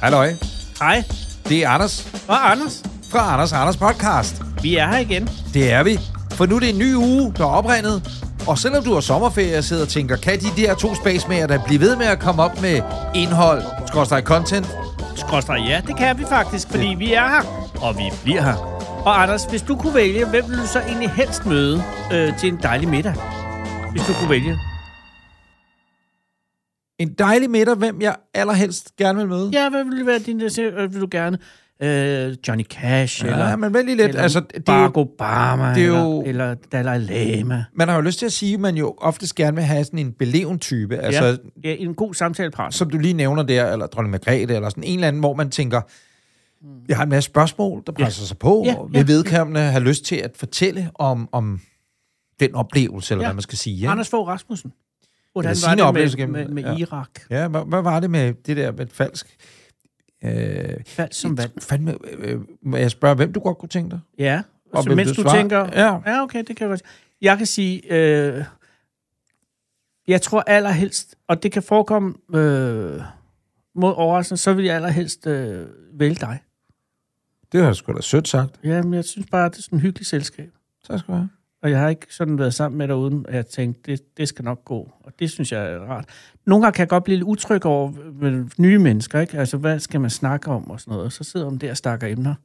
Halløj. Hej. Det er Anders. Og Anders. Fra Anders podcast. Vi er her igen. Det er vi. For nu er det en ny uge, der er opregnet. Og selvom du har sommerferie og sidder og tænker, kan de der to spacemager der blive ved med at komme op med indhold, /content? Ja, det kan vi faktisk, fordi vi er her. Og vi bliver her. Og Anders, hvis du kunne vælge, hvem ville du så egentlig helst møde til en dejlig middag? Hvis du kunne vælge. En dejlig middag, hvem jeg allerhelst gerne vil møde? Ja, hvad ville være din vil du gerne? Johnny Cash, ja, men vælg lidt. Altså, Barack Obama, det er jo, eller Dalai Lama. Man har jo lyst til at sige, at man jo oftest gerne vil have sådan en beleven type. Altså, ja, en god samtalepartner. Som du lige nævner der, eller dronning Margrethe, eller sådan en eller anden, hvor man tænker, jeg har en masse spørgsmål, der presser sig på, og vil vedkommende have lyst til at fortælle om den oplevelse, eller hvad man skal sige. Ja? Anders Fogh Rasmussen. Hvordan var det med Irak? Ja, hvad var det med det der med falsk? Falsk som vand. Fandme, må jeg spørge, hvem du godt kunne tænke dig? Ja, og så mens du tænker... Ja, okay, det kan jeg godt. Jeg kan sige, jeg tror allerhelst, og det kan forekomme mod overraskende, så vil jeg allerhelst vælge dig. Det har du sgu da sødt sagt. Ja, men jeg synes bare, det er sådan en hyggelig selskab. Tak skal du have. Og jeg har ikke sådan været sammen med dig, uden at jeg tænkte, det skal nok gå. Og det synes jeg er rart. Nogle gange kan jeg godt blive lidt utryg over med nye mennesker, ikke? Altså, hvad skal man snakke om og sådan noget? Så sidder man der og stakker emner.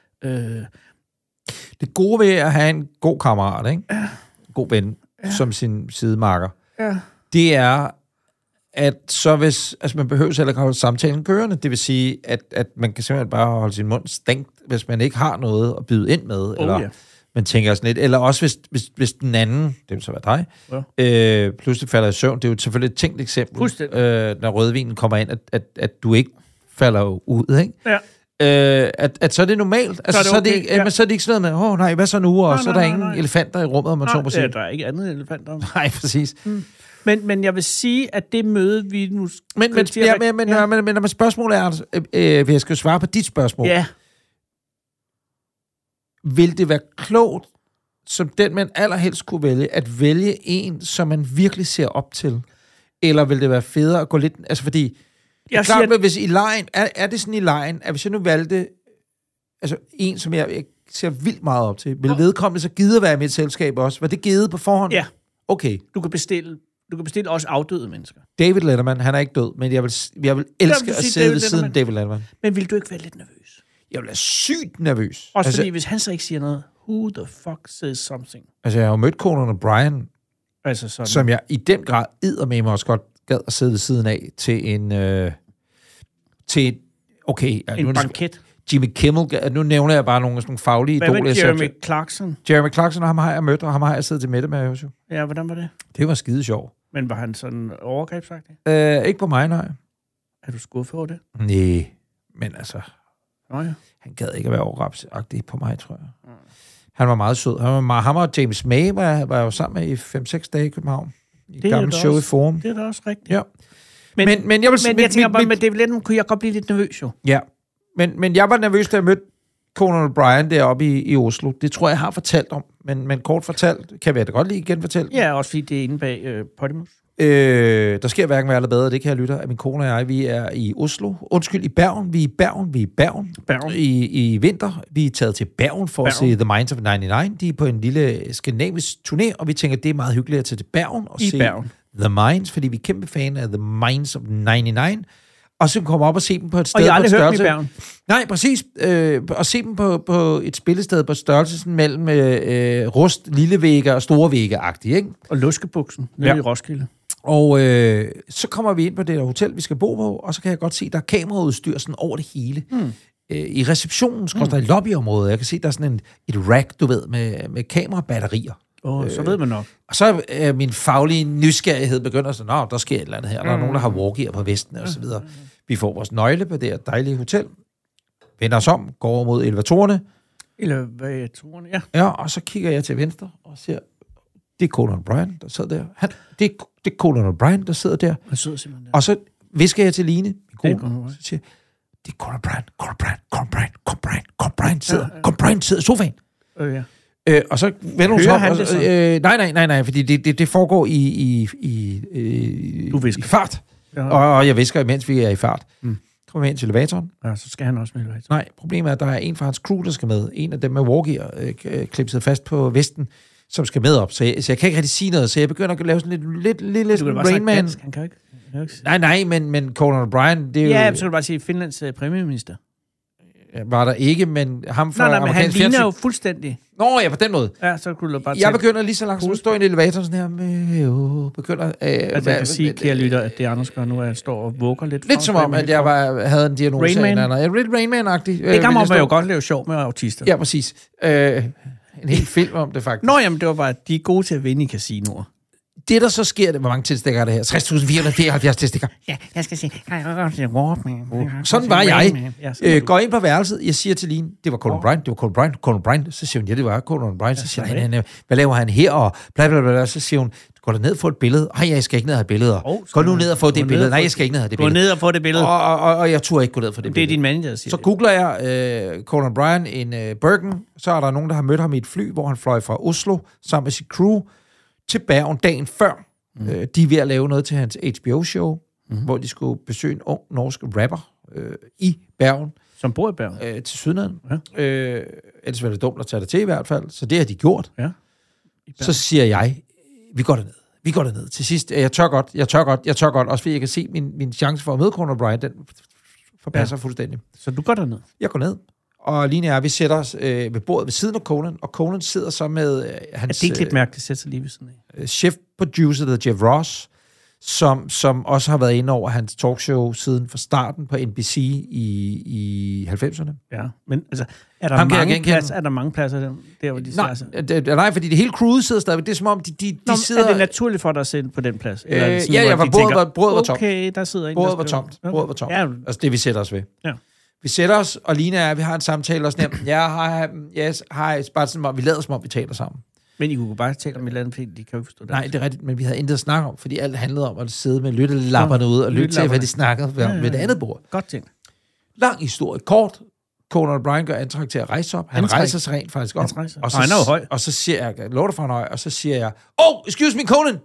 Det gode ved at have en god kammerat, ikke? En god ven, som sin sidemarker. Ja. Det er, at så hvis... Altså, man behøver heller ikke holde samtalen kørende. Det vil sige, at man kan simpelthen bare holde sin mund stængt, hvis man ikke har noget at byde ind med. Eller man tænker sådan lidt. Eller også, hvis den anden, det vil så være dig, pludselig falder i søvn. Det er jo selvfølgelig et tænkt eksempel, når rødvinen kommer ind, at du ikke falder ud, ikke? Ja. At så er det normalt. Altså, så er det ikke, så er det ikke sådan noget med, nej, hvad så nu? Og så er der ingen elefanter i rummet, om man så må sige. Der er ikke andet elefanter. Nej, præcis. Men jeg vil sige, at det møde, vi nu... Men spørgsmålet er, jeg skal svare på dit spørgsmål. Ja. Vil det være klogt, som den man allerhelst kunne vælge, at vælge en, som man virkelig ser op til? Eller vil det være federe at gå lidt... Altså, fordi... Jeg klart, siger, hvis i lejen... Er det sådan i lejen, at hvis jeg nu valgte altså en, som jeg ser vildt meget op til, vil vedkommende så gide at være i mit selskab også? Var det givet på forhånd? Ja. Okay. Du kan bestille også afdøde mennesker. David Letterman, han er ikke død, men jeg vil elske at sidde ved siden af David Letterman. Men vil du ikke være lidt nervøs? Jeg vil være sygt nervøs. Også fordi, hvis han så ikke siger noget, who the fuck says something? Altså, jeg har jo mødt Conan O'Brien, altså sådan. Som jeg i den grad eddermame mig også godt gad at sidde ved siden af til en... en banket. Jimmy Kimmel. Nu nævner jeg bare nogle faglige idoler. Hvad med Jeremy Clarkson? Jeremy Clarkson, ham har jeg mødt, og ham har jeg siddet til middag med også. Ja, hvordan var det? Det var skide sjov. Men var han sådan overgrebsagtig? Ikke på mig, nej. Er du skuffet over det? Nej, men altså... Ja. Han gad ikke at være overgrebsagtig på mig, tror jeg. Han var meget sød. Ham og James May var jo sammen med i 5-6 dage i København. I et gammelt show i Forum. Det er da også rigtigt. Ja. Men jeg tænker bare, med David Letterman kunne jeg godt blive lidt nervøs, jo. Ja, men jeg var nervøs, da jeg mødte Conan O'Brien deroppe i Oslo. Det tror jeg har fortalt om, men kort fortalt, kan vi da godt lige genfortælle. Ja, også fordi det er inde bag Podimus. Der sker hverken værre eller bedre, det kan jeg lytte af. Min kone og jeg, vi er i Oslo. Undskyld, i Bergen. Vi er i Bergen. I vinter. Vi er taget til Bergen for at se The Minds of 99. De er på en lille skandinavisk turné, og vi tænker, det er meget hyggeligt at tage til Bergen og se The Minds, fordi vi er kæmpe fan af The Minds of 99. Og så komme op og se dem på et sted. Og jeg har aldrig hørt dem i Bergen. Nej, præcis. Og se dem på et spillested på størrelsen mellem rust, lille vægge og store vægge-agtigt, ikke? Og Luskebuksen nede i Roskilde. Og så kommer vi ind på det der hotel, vi skal bo på, og så kan jeg godt se, der er kameraudstyr sådan over det hele. I receptionen, der i lobbyområdet, jeg kan se, der er sådan et rack, du ved, med kamerabatterier. Så ved man nok. Og så er min faglige nysgerrighed begynder sådan, der sker et eller andet her. Der er nogen, der har walkier på vesten og så videre. Vi får vores nøgle på det her dejlige hotel, vender os om, går over mod elevatorerne. Elevatorerne, ja. Ja, og så kigger jeg til venstre og ser, det er Conan O'Brien, der sidder der. Det er Conan O'Brien, der sidder der. Han sidder simpelthen der. Og så visker jeg til Line, min kone, så siger det er Conan O'Brien sidder i sofaen. Ja. Og så vender hun sig op. Nej, fordi det foregår i fart. Ja. Og jeg visker, imens vi er i fart. kommer med ind til elevatoren. Ja, så skal han også med elevatoren. Nej, problemet er, at der er en fra hans crew, der skal med. En af dem med walkie klipset fast på vesten, som skal med op. Så jeg kan ikke rigtig sige noget, så jeg begynder at lave sådan lidt Rain Man. Han kan ikke. Nej, men Conan O'Brien, det er jo... Ja, så kan du bare sige, Finlands premierminister. Var der ikke, men ham fra... Nej, men han ligner jo fuldstændig. Nå ja, på den måde. Ja, så kunne du bare jeg begynder lige så langt, at stå i en elevator sådan her, begynder... jeg kan sige, kære lytter, at det Anders gør nu, er at stå og vugger lidt. Lidt som om, at jeg havde en diagnose. Rain Man. Lidt Rain Man-agtig. Det kan man jo godt lave sjov med autister. Ja, præcis. En hel film om det, faktisk. Nå, jamen, det var bare, at de er gode til at vinde i casinoer. Det, der så sker, hvor mange tilstikker er det her? 60.474 tilstikker. Ja, jeg skal sige, sådan var jeg. Går ind på værelset, jeg siger til Line, det var Conan O'Brien. Så siger hun, ja, det var Conan O'Brien. Så siger han, hvad laver han her? Og bla bla bla. Så siger hun, går du ned og få et billede? Nej, jeg skal ikke ned og have billeder. Gå nu ned og få det billede. Nej, jeg skal ikke ned og have det billede. Gå ned og få det billede. Og jeg turde ikke gå ned og få det billede. Det er din manager, der siger så googler jeg Conan O'Brien en Bergen. Så er der nogen, der har mødt ham i et fly, hvor han fløj fra Oslo sammen med sit crew til Bergen dagen før. De er ved at lave noget til hans HBO-show, hvor de skulle besøge en ung norsk rapper i Bergen. Som bor i Bergen? Til Sydneden. Ja. Ellers var det dumt at tage det til i hvert fald. Så det har de gjort. Ja. Så siger jeg, vi går derned. Til sidst, jeg tør godt. Også fordi jeg kan se min chance for at møde Conan O'Brien, den forpasser fuldstændig. Så du går derned? Jeg går ned. Og Line og jeg, vi sætter os ved bordet ved siden af Conan, og Conan sidder så med hans... det er lidt mærkeligt, sætter sig lige ved siden af. Chef-producer, der Jeff Ross, som også har været inde over hans talkshow siden fra starten på NBC i 90'erne. Ja, men altså, er der mange pladser der, hvor de nej, fordi det hele crewet sidder stadigvæk. Det er som om, de sidder... Er det naturligt for dig at sætte på den plads? Bordet var tomt. Okay, der sidder en, bordet var tomt. Bordet var tomt. Ja. Altså det, vi sætter os ved. Ja. Vi sætter os, og Lina vi har en samtale og sådan bare som om, vi lader som om, vi taler sammen. Men I kunne bare tale om et eller andet, fordi de kan jo ikke forstå det. Nej, det er rigtigt, men vi havde intet at snakke om, fordi alt handlede om at sidde med lyttelapperne ude og lytte til, hvad de snakkede ved det andet bord. Godt tænkt. Lang historie, kort. Conan O'Brien gør antræk til at rejse op. Han rejser sig rent faktisk op. Og han er jo høj. Og så siger jeg, lover for en høj, og så siger jeg, excuse me, Conan!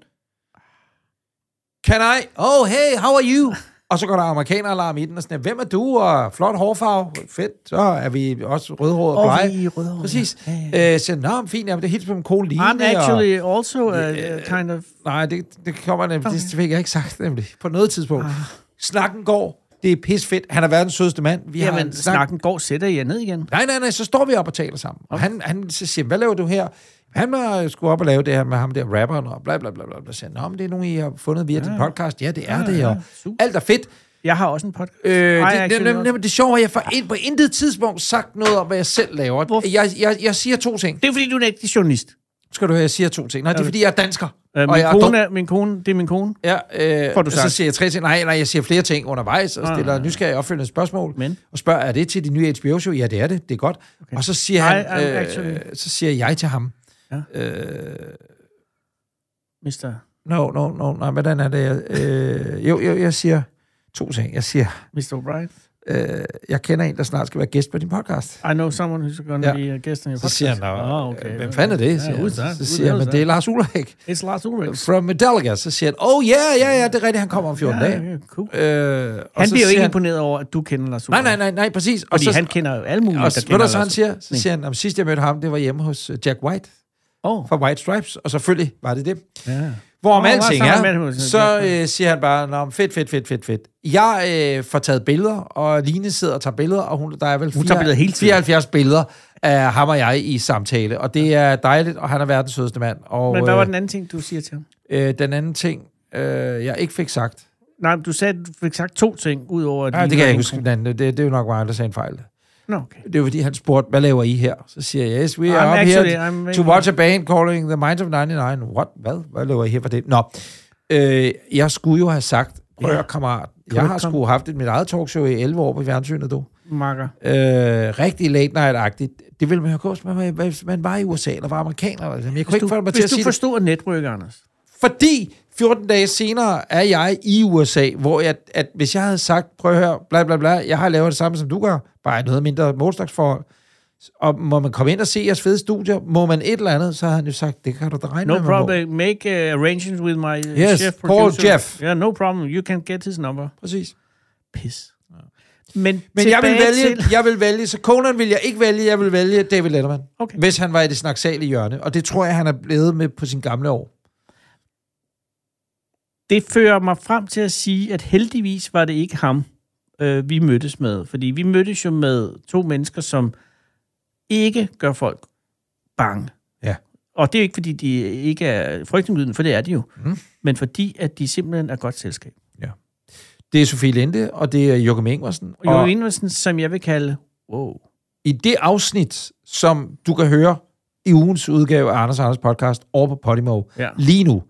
Can I? Hey, how are you? Og så går der amerikaneralarm i den, og sådan, hvem er du? Og flot hårfarve, fedt, så er vi også rødhåret og blege. Vi er rødhåret. Præcis. Så, fint, jamen, det er helt som en kone Line. I'm actually also kind of... Nej, det kommer nemlig, det fik jeg ikke sagt, nemlig, på noget tidspunkt. Snakken går, det er pisfedt, han er verdens sødeste mand. Jamen, snakken går, sætter I ned igen? Nej, så står vi op og taler sammen. Okay. Og han siger, hvad laver du her? Han var sgu op og lave det her med ham der rapperen, og bla bla bla bla. Så siger, men det er nogen, I har fundet via din podcast. Ja, det er det, og alt er fedt. Jeg har også en podcast. Det sjove er, at jeg på intet tidspunkt sagt noget om, hvad jeg selv laver. Jeg siger 2 ting. Det er, fordi du er en ægte journalist. Skal du høre, jeg siger 2 ting. Nej, det er, fordi jeg er dansker. Det er min kone. Ja, så siger jeg 3 ting. Nej, jeg siger flere ting undervejs, og stiller nysgerrige opfølgende spørgsmål. Og spørger, er det til de nye HBO-show? Ja, det er det. Det er godt. Okay. Og så siger så siger jeg til ham, Mister... Nej, hvordan er det? Jeg siger 2 ting. Jeg siger... Mr. O'Brien? Jeg kender en, der snart skal være gæst på din podcast. I know someone who's going to be a guest on your podcast. Så siger han, hvem fanden er det? Så siger han, men det er Lars Ulrik. It's Lars Ulrik. From Metallica. Så siger han, ja, det er rigtigt, han kommer om 14 dage. Cool. Han bliver jo ikke imponeret over, at du kender Lars Ulrik. Nej, præcis. Fordi han kender jo alle mulige, der kender Lars Ulrik. Så siger han, sidst jeg mødte ham, det var hjemme hos Jack White. Fra White Stripes. Og selvfølgelig var det. Ja. Hvorom alting er, så siger han bare, fedt. Jeg får taget billeder, og Line sidder og tager billeder, og der er vel 74 billeder af ham og jeg i samtale, og det er dejligt, og han er verdens sødeste mand. Og, men hvad var den anden ting, du siger til ham? Den anden ting, jeg ikke fik sagt. Nej, du sagde, at du fik sagt 2 ting, ud over... Nej, det kan jeg ikke huske. Det er jo nok mig, der sagde en fejl. Okay. Det var fordi, han spurgte, hvad laver I her? Så siger jeg, yes, we are up here to watch a band calling The Minds of 99. What? Hvad laver I her for det? Nå, jeg skulle jo have sagt, prøv kammerat, jeg har sgu haft mit eget talkshow i 11 år på fjernsynet, du. Makker. Rigtig late night-agtigt. Det ville man jo gå, hvis man var i USA, eller var amerikaner. Jeg kunne ikke få mig til at sige det. Hvis du forstod netryk, Anders. Fordi 14 dage senere er jeg i USA, hvor at hvis jeg havde sagt, prøv at høre, bla bla bla, jeg har lavet det samme, som du gør, bare noget mindre målslagsforhold, og må man komme ind og se jeres fede studier, må man et eller andet, så har han jo sagt, det kan du da regne med. No problem, make arrangements with my chef producer. Call Jeff. Yeah, no problem, you can get his number. Præcis. Pis. Men jeg vil vælge, så Conan vil jeg ikke vælge, jeg vil vælge David Letterman, hvis han var i det snaksalige hjørne. Og det tror jeg, han er blevet med på sin gamle år. Det fører mig frem til at sige, at heldigvis var det ikke ham, vi mødtes med. Fordi vi mødtes jo med 2 mennesker, som ikke gør folk bange. Ja. Og det er ikke, fordi de ikke er frygtindgydende, for det er de jo. Men fordi, at de simpelthen er godt selskab. Ja. Det er Sofie Linde, og det er Joachim Ingvarsen. Og Joachim Ingvarsen, som jeg vil kalde, wow. I det afsnit, som du kan høre i ugens udgave af Anders podcast over på Podimo lige nu,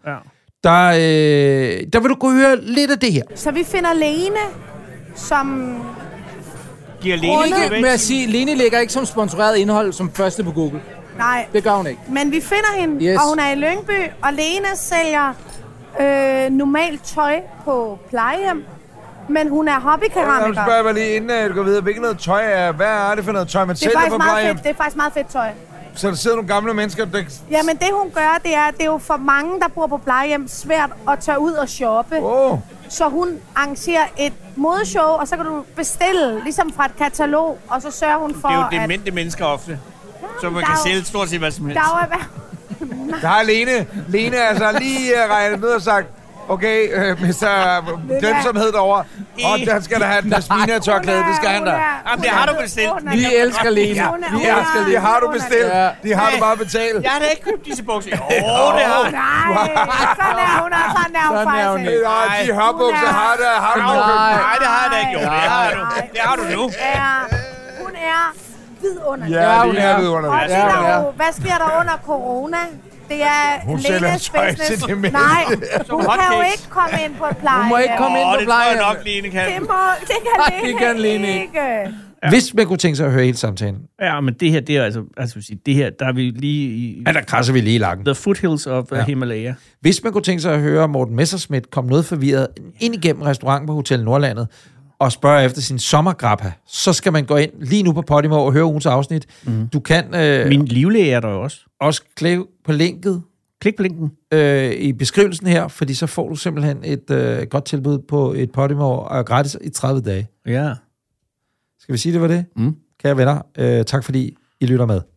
der vil du kunne høre lidt af det her. Så vi finder Lene, som... Giver Lene ikke med at sige, Lene lægger ikke som sponsoreret indhold som første på Google. Nej. Det gør hun ikke. Men vi finder hende, og hun er i Lyngby, og Lene sælger normalt tøj på plejehjem, men hun er hobbykeramiker. Jeg spørger mig lige inden du går videre, hvilket noget tøj er. Hvad er det for noget tøj, man sælger på plejehjem? Det er faktisk meget fedt tøj. Så der sidder nogle gamle mennesker, der... Jamen det hun gør, det er jo for mange, der bor på plejehjem, svært at tage ud og shoppe. Så hun arrangerer et modeshow, og så kan du bestille, ligesom fra et katalog, og så sørger hun for, at... Det er jo demente mennesker ofte, så man kan sælge stort set hvad som helst. Der har Lene altså lige regnet ned og sagt, okay, Mr. Glemsomhed derovre. Og der skal der have den Asmina-tørklæde, det skal han da. Jamen, det har du bestilt. Vi elsker Lene. Det har du bestilt. Det har du bare betalt. Jeg har da ikke købt disse bukser. Det har Nej, sådan er hun faktisk. De hørbukser har du købt. Nej, det har jeg da ikke. Jo, det har du nu. Hun er vidunderlig. Ja, hun er vidunderlig. Hvad sker der under corona? Det er hun sælger tøj til det meste. Nej, hun kan jo ikke komme ind på et plejehjem. Hun må ikke komme ind på plejehjem. Det tror jeg nok, Lene kan. Det kan Lene ikke. Ja. Hvis man kunne tænke sig at høre hele samtalen. Ja, men det her, det er altså det her, der er vi lige i... Ja, der krasser vi lige i lakken. The foothills of Himalaya. Hvis man kunne tænke sig at høre Morten Messerschmidt komme noget forvirret ind igennem restauranten på Hotel Nordlandet, og spørge efter sin sommergrappa, så skal man gå ind lige nu på Podimo og høre ugens afsnit. Du kan... Min livlæge er der også. Også klikke på linket. Klik på linken. I beskrivelsen her, fordi så får du simpelthen et godt tilbud på et Podimo og gratis i 30 dage. Ja. Skal vi sige, det var det? Kære venner, tak fordi I lytter med.